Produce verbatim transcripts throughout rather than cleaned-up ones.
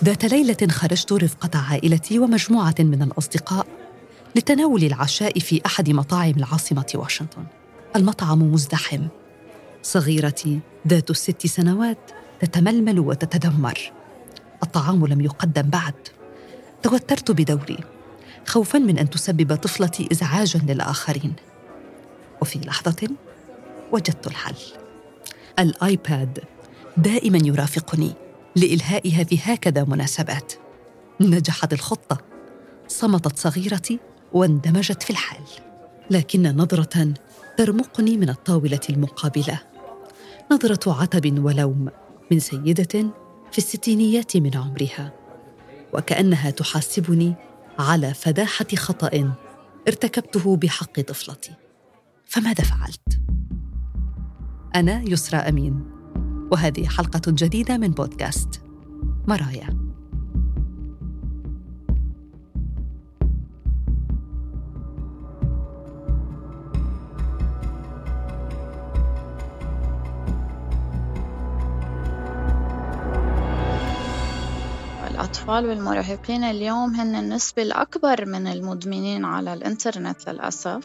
ذات ليلة خرجت رفقة عائلتي ومجموعة من الأصدقاء لتناول العشاء في أحد مطاعم العاصمة واشنطن. المطعم مزدحم. صغيرتي ذات الست سنوات تتململ وتتذمر. الطعام لم يقدم بعد. توترت بدوري خوفاً من أن تسبب طفلتي إزعاجاً للآخرين. وفي لحظة وجدت الحل. الآيباد دائماً يرافقني لإلهائها في هكذا مناسبات. نجحت الخطة. صمتت صغيرتي واندمجت في الحال، لكن نظرة ترمقني من الطاولة المقابلة، نظرة عتب ولوم من سيدة في الستينيات من عمرها، وكأنها تحاسبني على فداحة خطأ ارتكبته بحق طفلتي. فماذا فعلت؟ أنا يسرى أمين، وهذه حلقة جديدة من بودكاست مرايا. الأطفال والمراهقين اليوم هن النسبة الأكبر من المدمنين على الإنترنت للأسف.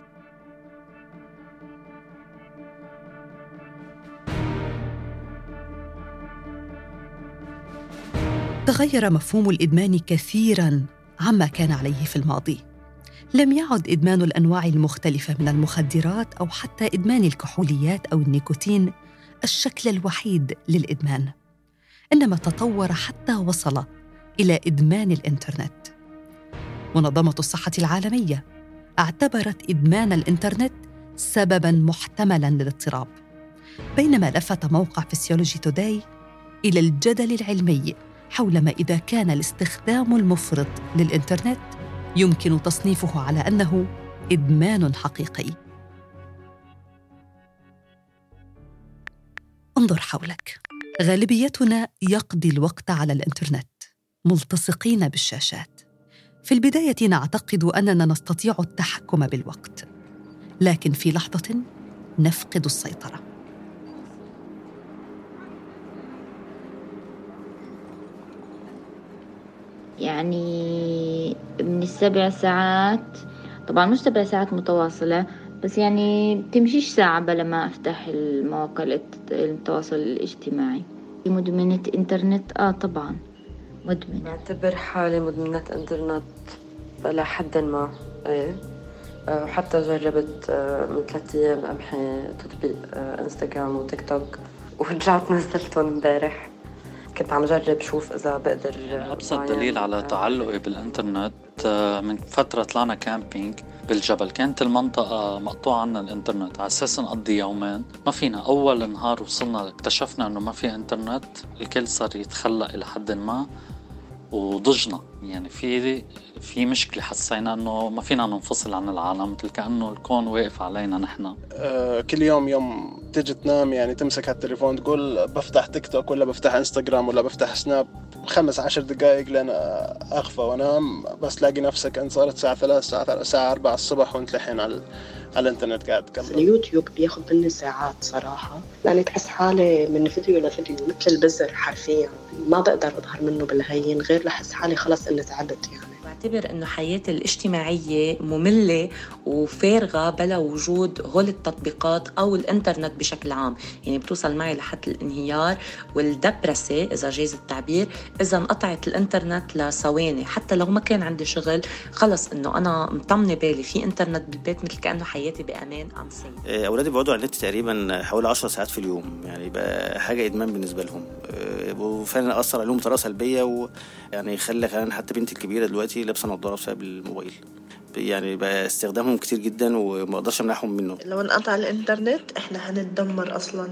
تغير مفهوم الإدمان كثيراً عما كان عليه في الماضي. لم يعد إدمان الأنواع المختلفة من المخدرات أو حتى إدمان الكحوليات أو النيكوتين الشكل الوحيد للإدمان، إنما تطور حتى وصل إلى إدمان الإنترنت. منظمة الصحة العالمية اعتبرت إدمان الإنترنت سبباً محتملاً للاضطراب، بينما لفت موقع فيسيولوجي توداي إلى الجدل العلمي حول ما إذا كان الاستخدام المفرط للإنترنت يمكن تصنيفه على أنه إدمان حقيقي. انظر حولك. غالبيتنا يقضي الوقت على الإنترنت ملتصقين بالشاشات. في البداية نعتقد أننا نستطيع التحكم بالوقت، لكن في لحظة نفقد السيطرة. يعني من السبع ساعات، طبعا مش سبع ساعات متواصلة، بس يعني بتمشيش ساعة بلا ما أفتح المواقع التواصل الاجتماعي. مدمنة إنترنت؟ آه طبعا مدمنة. أعتبر حالي مدمنة إنترنت إلى حد ما. إيه وحتى جربت من ثلاثة أيام أمحي تطبيق إنستغرام وتيك توك، ورجعت نزلتهم امبارح. كنت عم جرب شوف إذا بقدر. أبسط دليل على تعلقي بالإنترنت، من فترة طلعنا كامبينج بالجبل، كانت المنطقة مقطوعة عنا الإنترنت، على أساس نقضي يومين ما فينا. أول نهار وصلنا اكتشفنا أنه ما في إنترنت، الكل صار يتخلق إلى حد ما وضجنا. يعني في في مشكلة، حسينا أنه ما فينا ننفصل عن العالم، مثل كأنه الكون واقف علينا نحن. أه كل يوم يوم تيجي تنام يعني تمسك هالتليفون تقول بفتح تيك توك ولا بفتح انستغرام ولا بفتح سناب خمس عشر دقائق لين أغفى وأنام، بس لاقي نفسك أن صارت ساعة ثلاث ساعة ساعة أربعة الصبح وانت لحين على على الانترنت قاعد تكمل. اليوتيوب بياخد مني ساعات صراحة، يعني تحس حالي من فيديو لفيديو مثل البزر حرفيا، ما بقدر أظهر منه بالهين غير لحس حالي خلص إني تعبت. يعني بعتبر إنه حياتي الاجتماعية مملة وفارغة بلا وجود هول التطبيقات أو الإنترنت بشكل عام. يعني بتوصل معي لحد الانهيار والدبرسة إذا جاز التعبير إذا انقطعت الإنترنت لثواني، حتى لو ما كان عندي شغل. خلص إنه أنا مطمنة بالي في إنترنت بالبيت، مثل كأنه حياتي بأمان أم سيء. أولادي بيقعدوا على النت تقريبا حوالي عشر ساعات في اليوم، يعني بقى حاجة إدمان بالنسبة لهم، وفعلا أثر عليهم بطريقة سلبية، ويعني خلى كمان حتى بنتي الكبيرة دلوقتي لابسه نظاره بسبب الموبايل. يعني بقى استخدامهم كتير جدا وما اقدرش امنعهم منه. لو انقطع الانترنت احنا هنتدمر اصلا.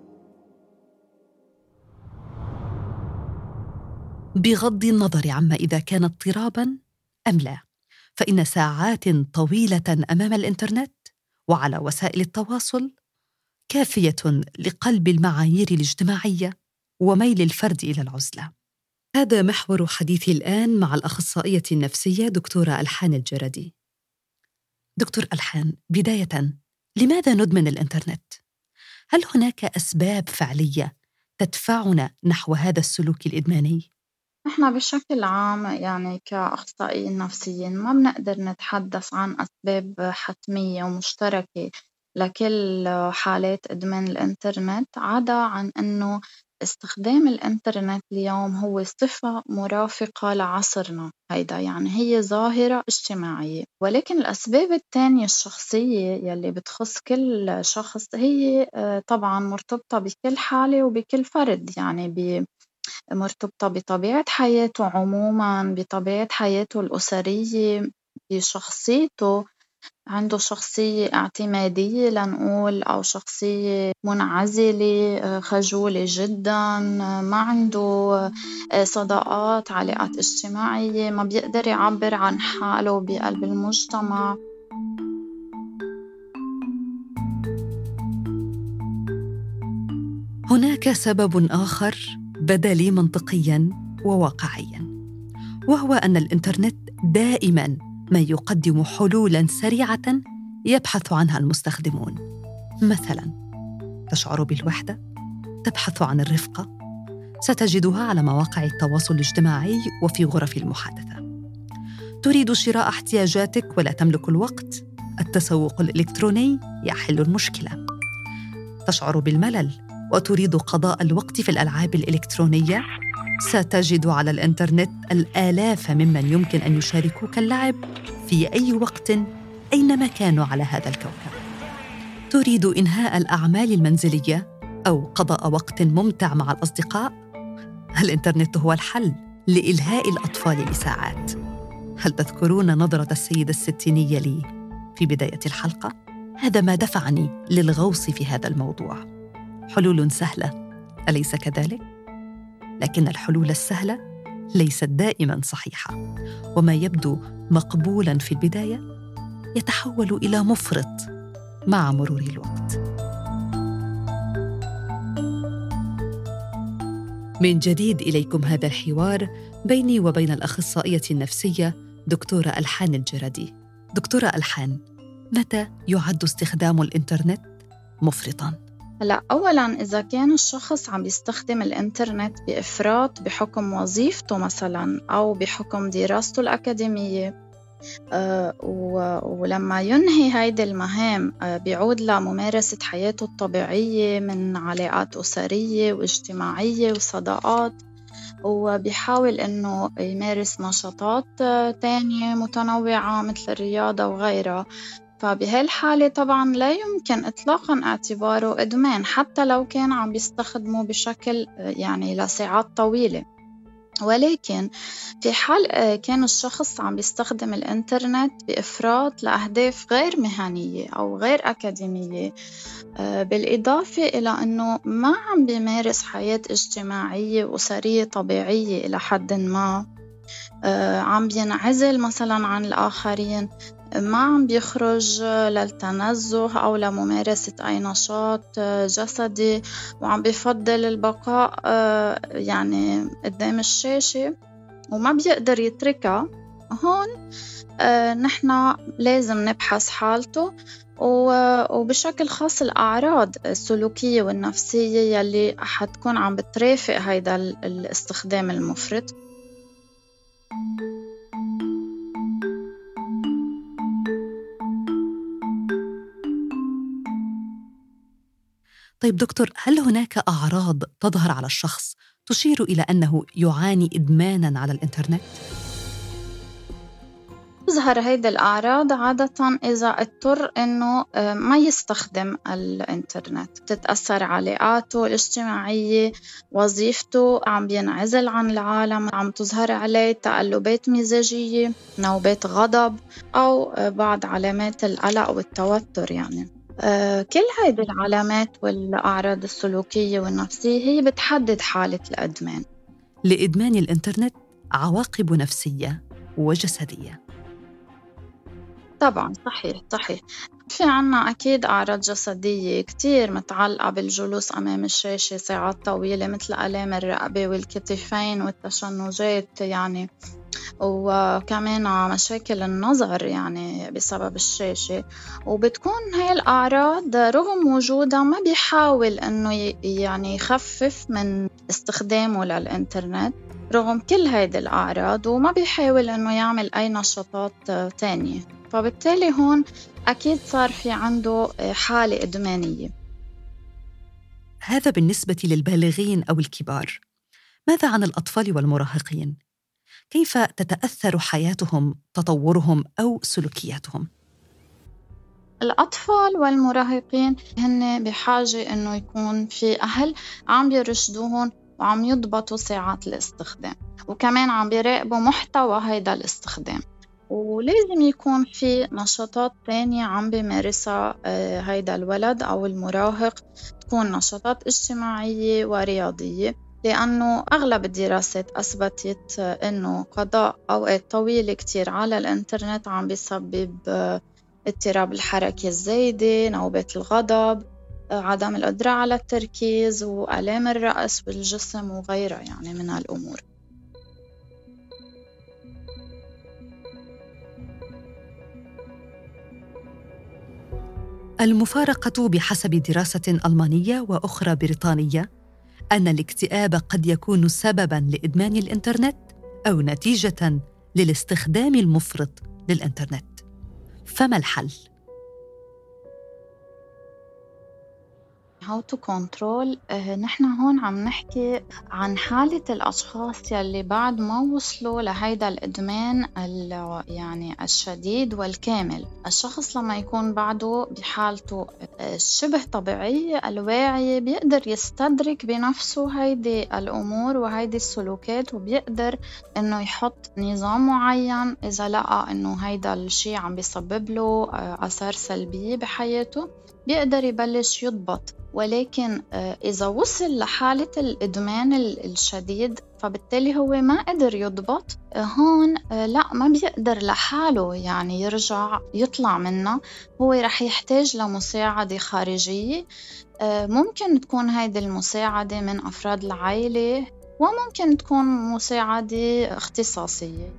بغض النظر عما اذا كان اضطرابا ام لا، فان ساعات طويله امام الانترنت وعلى وسائل التواصل كافيه لقلب المعايير الاجتماعيه وميل الفرد الى العزله. هذا محور حديثي الآن مع الأخصائية النفسية دكتورة ألحان الجردي. دكتور ألحان، بداية، لماذا ندمن الإنترنت؟ هل هناك أسباب فعلية تدفعنا نحو هذا السلوك الإدماني؟ نحن بشكل عام يعني كأخصائيين نفسيين ما بنقدر نتحدث عن أسباب حتمية ومشتركة لكل حالات إدمان الإنترنت، عدا عن إنه استخدام الإنترنت اليوم هو صفة مرافقة لعصرنا هيدا، يعني هي ظاهرة اجتماعية. ولكن الأسباب التانية الشخصية يلي بتخص كل شخص هي آه، طبعا مرتبطة بكل حالة وبكل فرد، يعني ب مرتبطة بطبيعة حياته عموماً، بطبيعة حياته الأسرية، بشخصيته. عنده شخصية اعتمادية لنقول، أو شخصية منعزلة آه، خجولة جداً، آه، ما عنده آه، صداقات، علاقات اجتماعية، ما بيقدر يعبر عن حاله بقلب المجتمع. هناك سبب آخر بدا لي منطقياً وواقعياً، وهو أن الإنترنت دائماً ما يقدم حلولاً سريعة يبحث عنها المستخدمون. مثلاً تشعر بالوحدة؟ تبحث عن الرفقة؟ ستجدها على مواقع التواصل الاجتماعي وفي غرف المحادثة. تريد شراء احتياجاتك ولا تملك الوقت؟ التسوق الإلكتروني يحل المشكلة. تشعر بالملل وتريد قضاء الوقت في الألعاب الإلكترونية؟ ستجد على الإنترنت الآلاف ممن يمكن أن يشاركوك اللعب في أي وقت أينما كانوا على هذا الكوكب. تريد إنهاء الأعمال المنزلية أو قضاء وقت ممتع مع الأصدقاء؟ الإنترنت هو الحل لإلهاء الأطفال لساعات. هل تذكرون نظرة السيدة الستينية لي في بداية الحلقة؟ هذا ما دفعني للغوص في هذا الموضوع. حلول سهلة، أليس كذلك؟ لكن الحلول السهلة ليست دائماً صحيحة، وما يبدو مقبولاً في البداية يتحول إلى مفرط مع مرور الوقت. من جديد إليكم هذا الحوار بيني وبين الأخصائية النفسية دكتورة ألحان الجردي. دكتورة ألحان، متى يعد استخدام الإنترنت مفرطاً؟ هلا أولاً إذا كان الشخص عم يستخدم الإنترنت بإفراط بحكم وظيفته مثلاً أو بحكم دراسته الأكاديمية، أه ولما ينهي هيدي المهام أه بيعود لممارسة حياته الطبيعية من علاقات أسرية واجتماعية وصداقات، وبيحاول إنه يمارس نشاطات تانية متنوعة مثل الرياضة وغيرها. فبهالحالة طبعاً لا يمكن إطلاقاً اعتباره إدمان حتى لو كان عم بيستخدمه بشكل يعني لساعات طويلة. ولكن في حال كان الشخص عم بيستخدم الإنترنت بإفراط لأهداف غير مهنية أو غير أكاديمية، بالإضافة إلى أنه ما عم بيمارس حياة اجتماعية وأسرية طبيعية إلى حد ما، عم بينعزل مثلا عن الآخرين، ما عم بيخرج للتنزه أو لممارسة أي نشاط جسدي، وعم بيفضل البقاء يعني قدام الشاشة وما بيقدر يتركها، هون نحن لازم نبحث حالته، وبشكل خاص الأعراض السلوكية والنفسية يلي حتكون عم بترافق هيدا الاستخدام المفرط. طيب دكتور، هل هناك أعراض تظهر على الشخص تشير إلى أنه يعاني إدماناً على الإنترنت؟ تظهر هيدي الأعراض عادة إذا اضطر إنه ما يستخدم الإنترنت، تتأثر علاقاته الاجتماعية، وظيفته، عم بينعزل عن العالم، عم تظهر عليه تقلبات مزاجية، نوبات غضب، أو بعض علامات القلق والتوتر. يعني آه، كل هيدي العلامات والأعراض السلوكية والنفسية هي بتحدد حالة الإدمان. لإدمان الإنترنت عواقب نفسية وجسدية. طبعاً صحيح صحيح في عنا أكيد أعراض جسدية كتير متعلقة بالجلوس أمام الشاشة ساعات طويلة، مثل آلام الرقبة والكتفين والتشنجات يعني، وكمان مشاكل النظر يعني بسبب الشاشة. وبتكون هاي الأعراض رغم وجودها ما بيحاول أنه يعني يخفف من استخدامه للإنترنت، رغم كل هيدي الأعراض وما بيحاول إنه يعمل أي نشاطات تانية. فبالتالي هون أكيد صار في عنده حالة إدمانية. هذا بالنسبة للبالغين أو الكبار. ماذا عن الأطفال والمراهقين؟ كيف تتأثر حياتهم، تطورهم أو سلوكياتهم؟ الأطفال والمراهقين هن بحاجة إنه يكون في أهل عم يرشدوهم وعم يضبطوا ساعات الاستخدام، وكمان عم بيراقبوا محتوى هيدا الاستخدام، ولازم يكون في نشاطات تانية عم بيمارسها هيدا الولد أو المراهق، تكون نشاطات اجتماعية ورياضية، لأنه أغلب الدراسات أثبتت إنه قضاء أوقات طويلة كتير على الإنترنت عم بيسبب اضطراب الحركة الزايدة، نوبات الغضب، عدم القدرة على التركيز، وآلام الرأس والجسم وغيرها يعني من هالأمور. المفارقة بحسب دراسة ألمانية وأخرى بريطانية أن الاكتئاب قد يكون سبباً لإدمان الإنترنت أو نتيجة للاستخدام المفرط للإنترنت. فما الحل؟ How to control. آه، نحن هون عم نحكي عن حالة الأشخاص يلي بعد ما وصلوا لهيدا الإدمان يعني الشديد والكامل. الشخص لما يكون بعده بحالته شبه طبيعية الواعية بيقدر يستدرك بنفسه هيدي الأمور وهيدي السلوكات، وبيقدر إنه يحط نظام معين إذا لقى إنه هيدا الشيء عم بيسبب له آثار سلبية بحياته بيقدر يبلش يضبط. ولكن إذا وصل لحالة الإدمان الشديد فبالتالي هو ما قدر يضبط، هون لا ما بيقدر لحاله يعني يرجع يطلع منه، هو رح يحتاج لمساعدة خارجية. ممكن تكون هيدي المساعدة من أفراد العائلة، وممكن تكون مساعدة اختصاصية.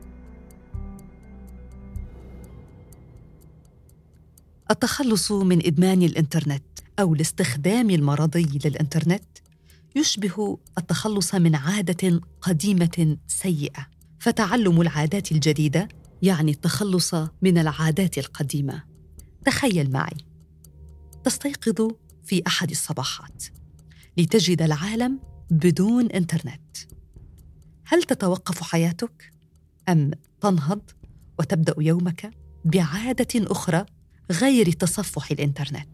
التخلص من إدمان الإنترنت أو الاستخدام المرضي للإنترنت يشبه التخلص من عادة قديمة سيئة، فتعلم العادات الجديدة يعني التخلص من العادات القديمة. تخيل معي تستيقظ في أحد الصباحات لتجد العالم بدون إنترنت. هل تتوقف حياتك أم تنهض وتبدأ يومك بعادة أخرى غير تصفح الإنترنت؟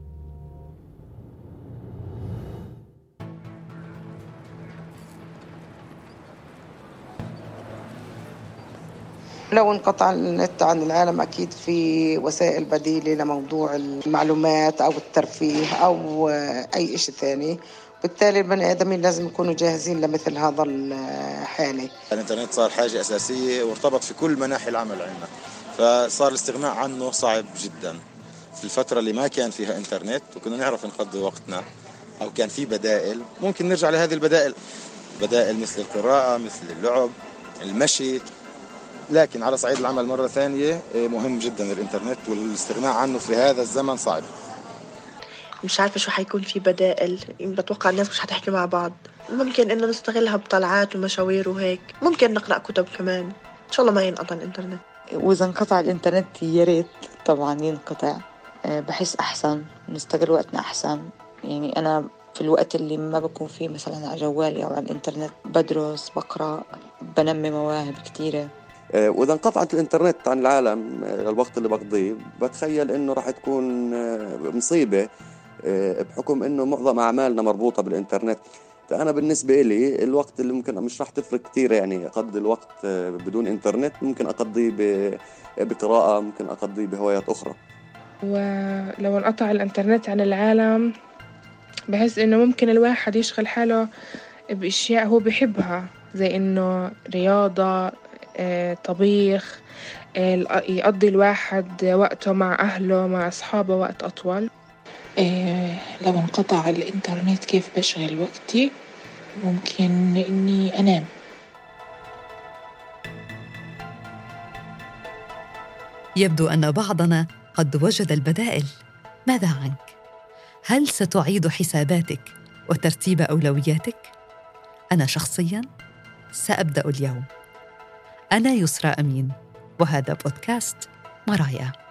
لو انقطع النت عن العالم أكيد في وسائل بديلة لموضوع المعلومات أو الترفيه أو أي إشي ثاني، بالتالي البني آدمين لازم يكونوا جاهزين لمثل هذا الحالة. الإنترنت صار حاجة أساسية وارتبط في كل مناحي العمل عندنا، فصار الاستغناء عنه صعب جدا. في الفترة اللي ما كان فيها إنترنت وكنا نعرف نقضي وقتنا أو كان في بدائل، ممكن نرجع لهذه البدائل، بدائل مثل القراءة، مثل اللعب، المشي. لكن على صعيد العمل مرة ثانية مهم جدا الإنترنت، والاستغناء عنه في هذا الزمن صعب. مش عارفة شو حيكون في بدائل، بتوقع الناس مش هتحكي مع بعض. ممكن إنه نستغلها بطلعات ومشاوير وهيك، ممكن نقرأ كتب كمان. إن شاء الله ما ينقطع الإنترنت. وإذا انقطع الإنترنت يا ريت طبعا ينقطع، بحس أحسن نستغل وقتنا أحسن. يعني أنا في الوقت اللي ما بكون فيه مثلا على جوالي أو على الإنترنت بدرس، بقرأ، بنمي مواهب كتيرة. وإذا انقطعت الإنترنت عن العالم الوقت اللي بقضيه بتخيل إنه راح تكون مصيبة، بحكم إنه معظم أعمالنا مربوطة بالإنترنت. فأنا بالنسبة لي الوقت اللي ممكن مش راح تفرق كتير، يعني أقضي الوقت بدون إنترنت ممكن أقضيه بقراءة، ممكن أقضيه بهوايات أخرى. ولو انقطع الإنترنت عن العالم بحس إنه ممكن الواحد يشغل حاله بأشياء هو بيحبها، زي إنه رياضة، طبيخ، يقضي الواحد وقته مع أهله مع أصحابه وقت أطول. إيه لو انقطع الإنترنت كيف بشغل وقتي؟ ممكن إني أنام. يبدو أن بعضنا قد وجد البدائل. ماذا عنك؟ هل ستعيد حساباتك وترتيب أولوياتك؟ أنا شخصياً سأبدأ اليوم. أنا يسرى أمين، وهذا بودكاست مرايا.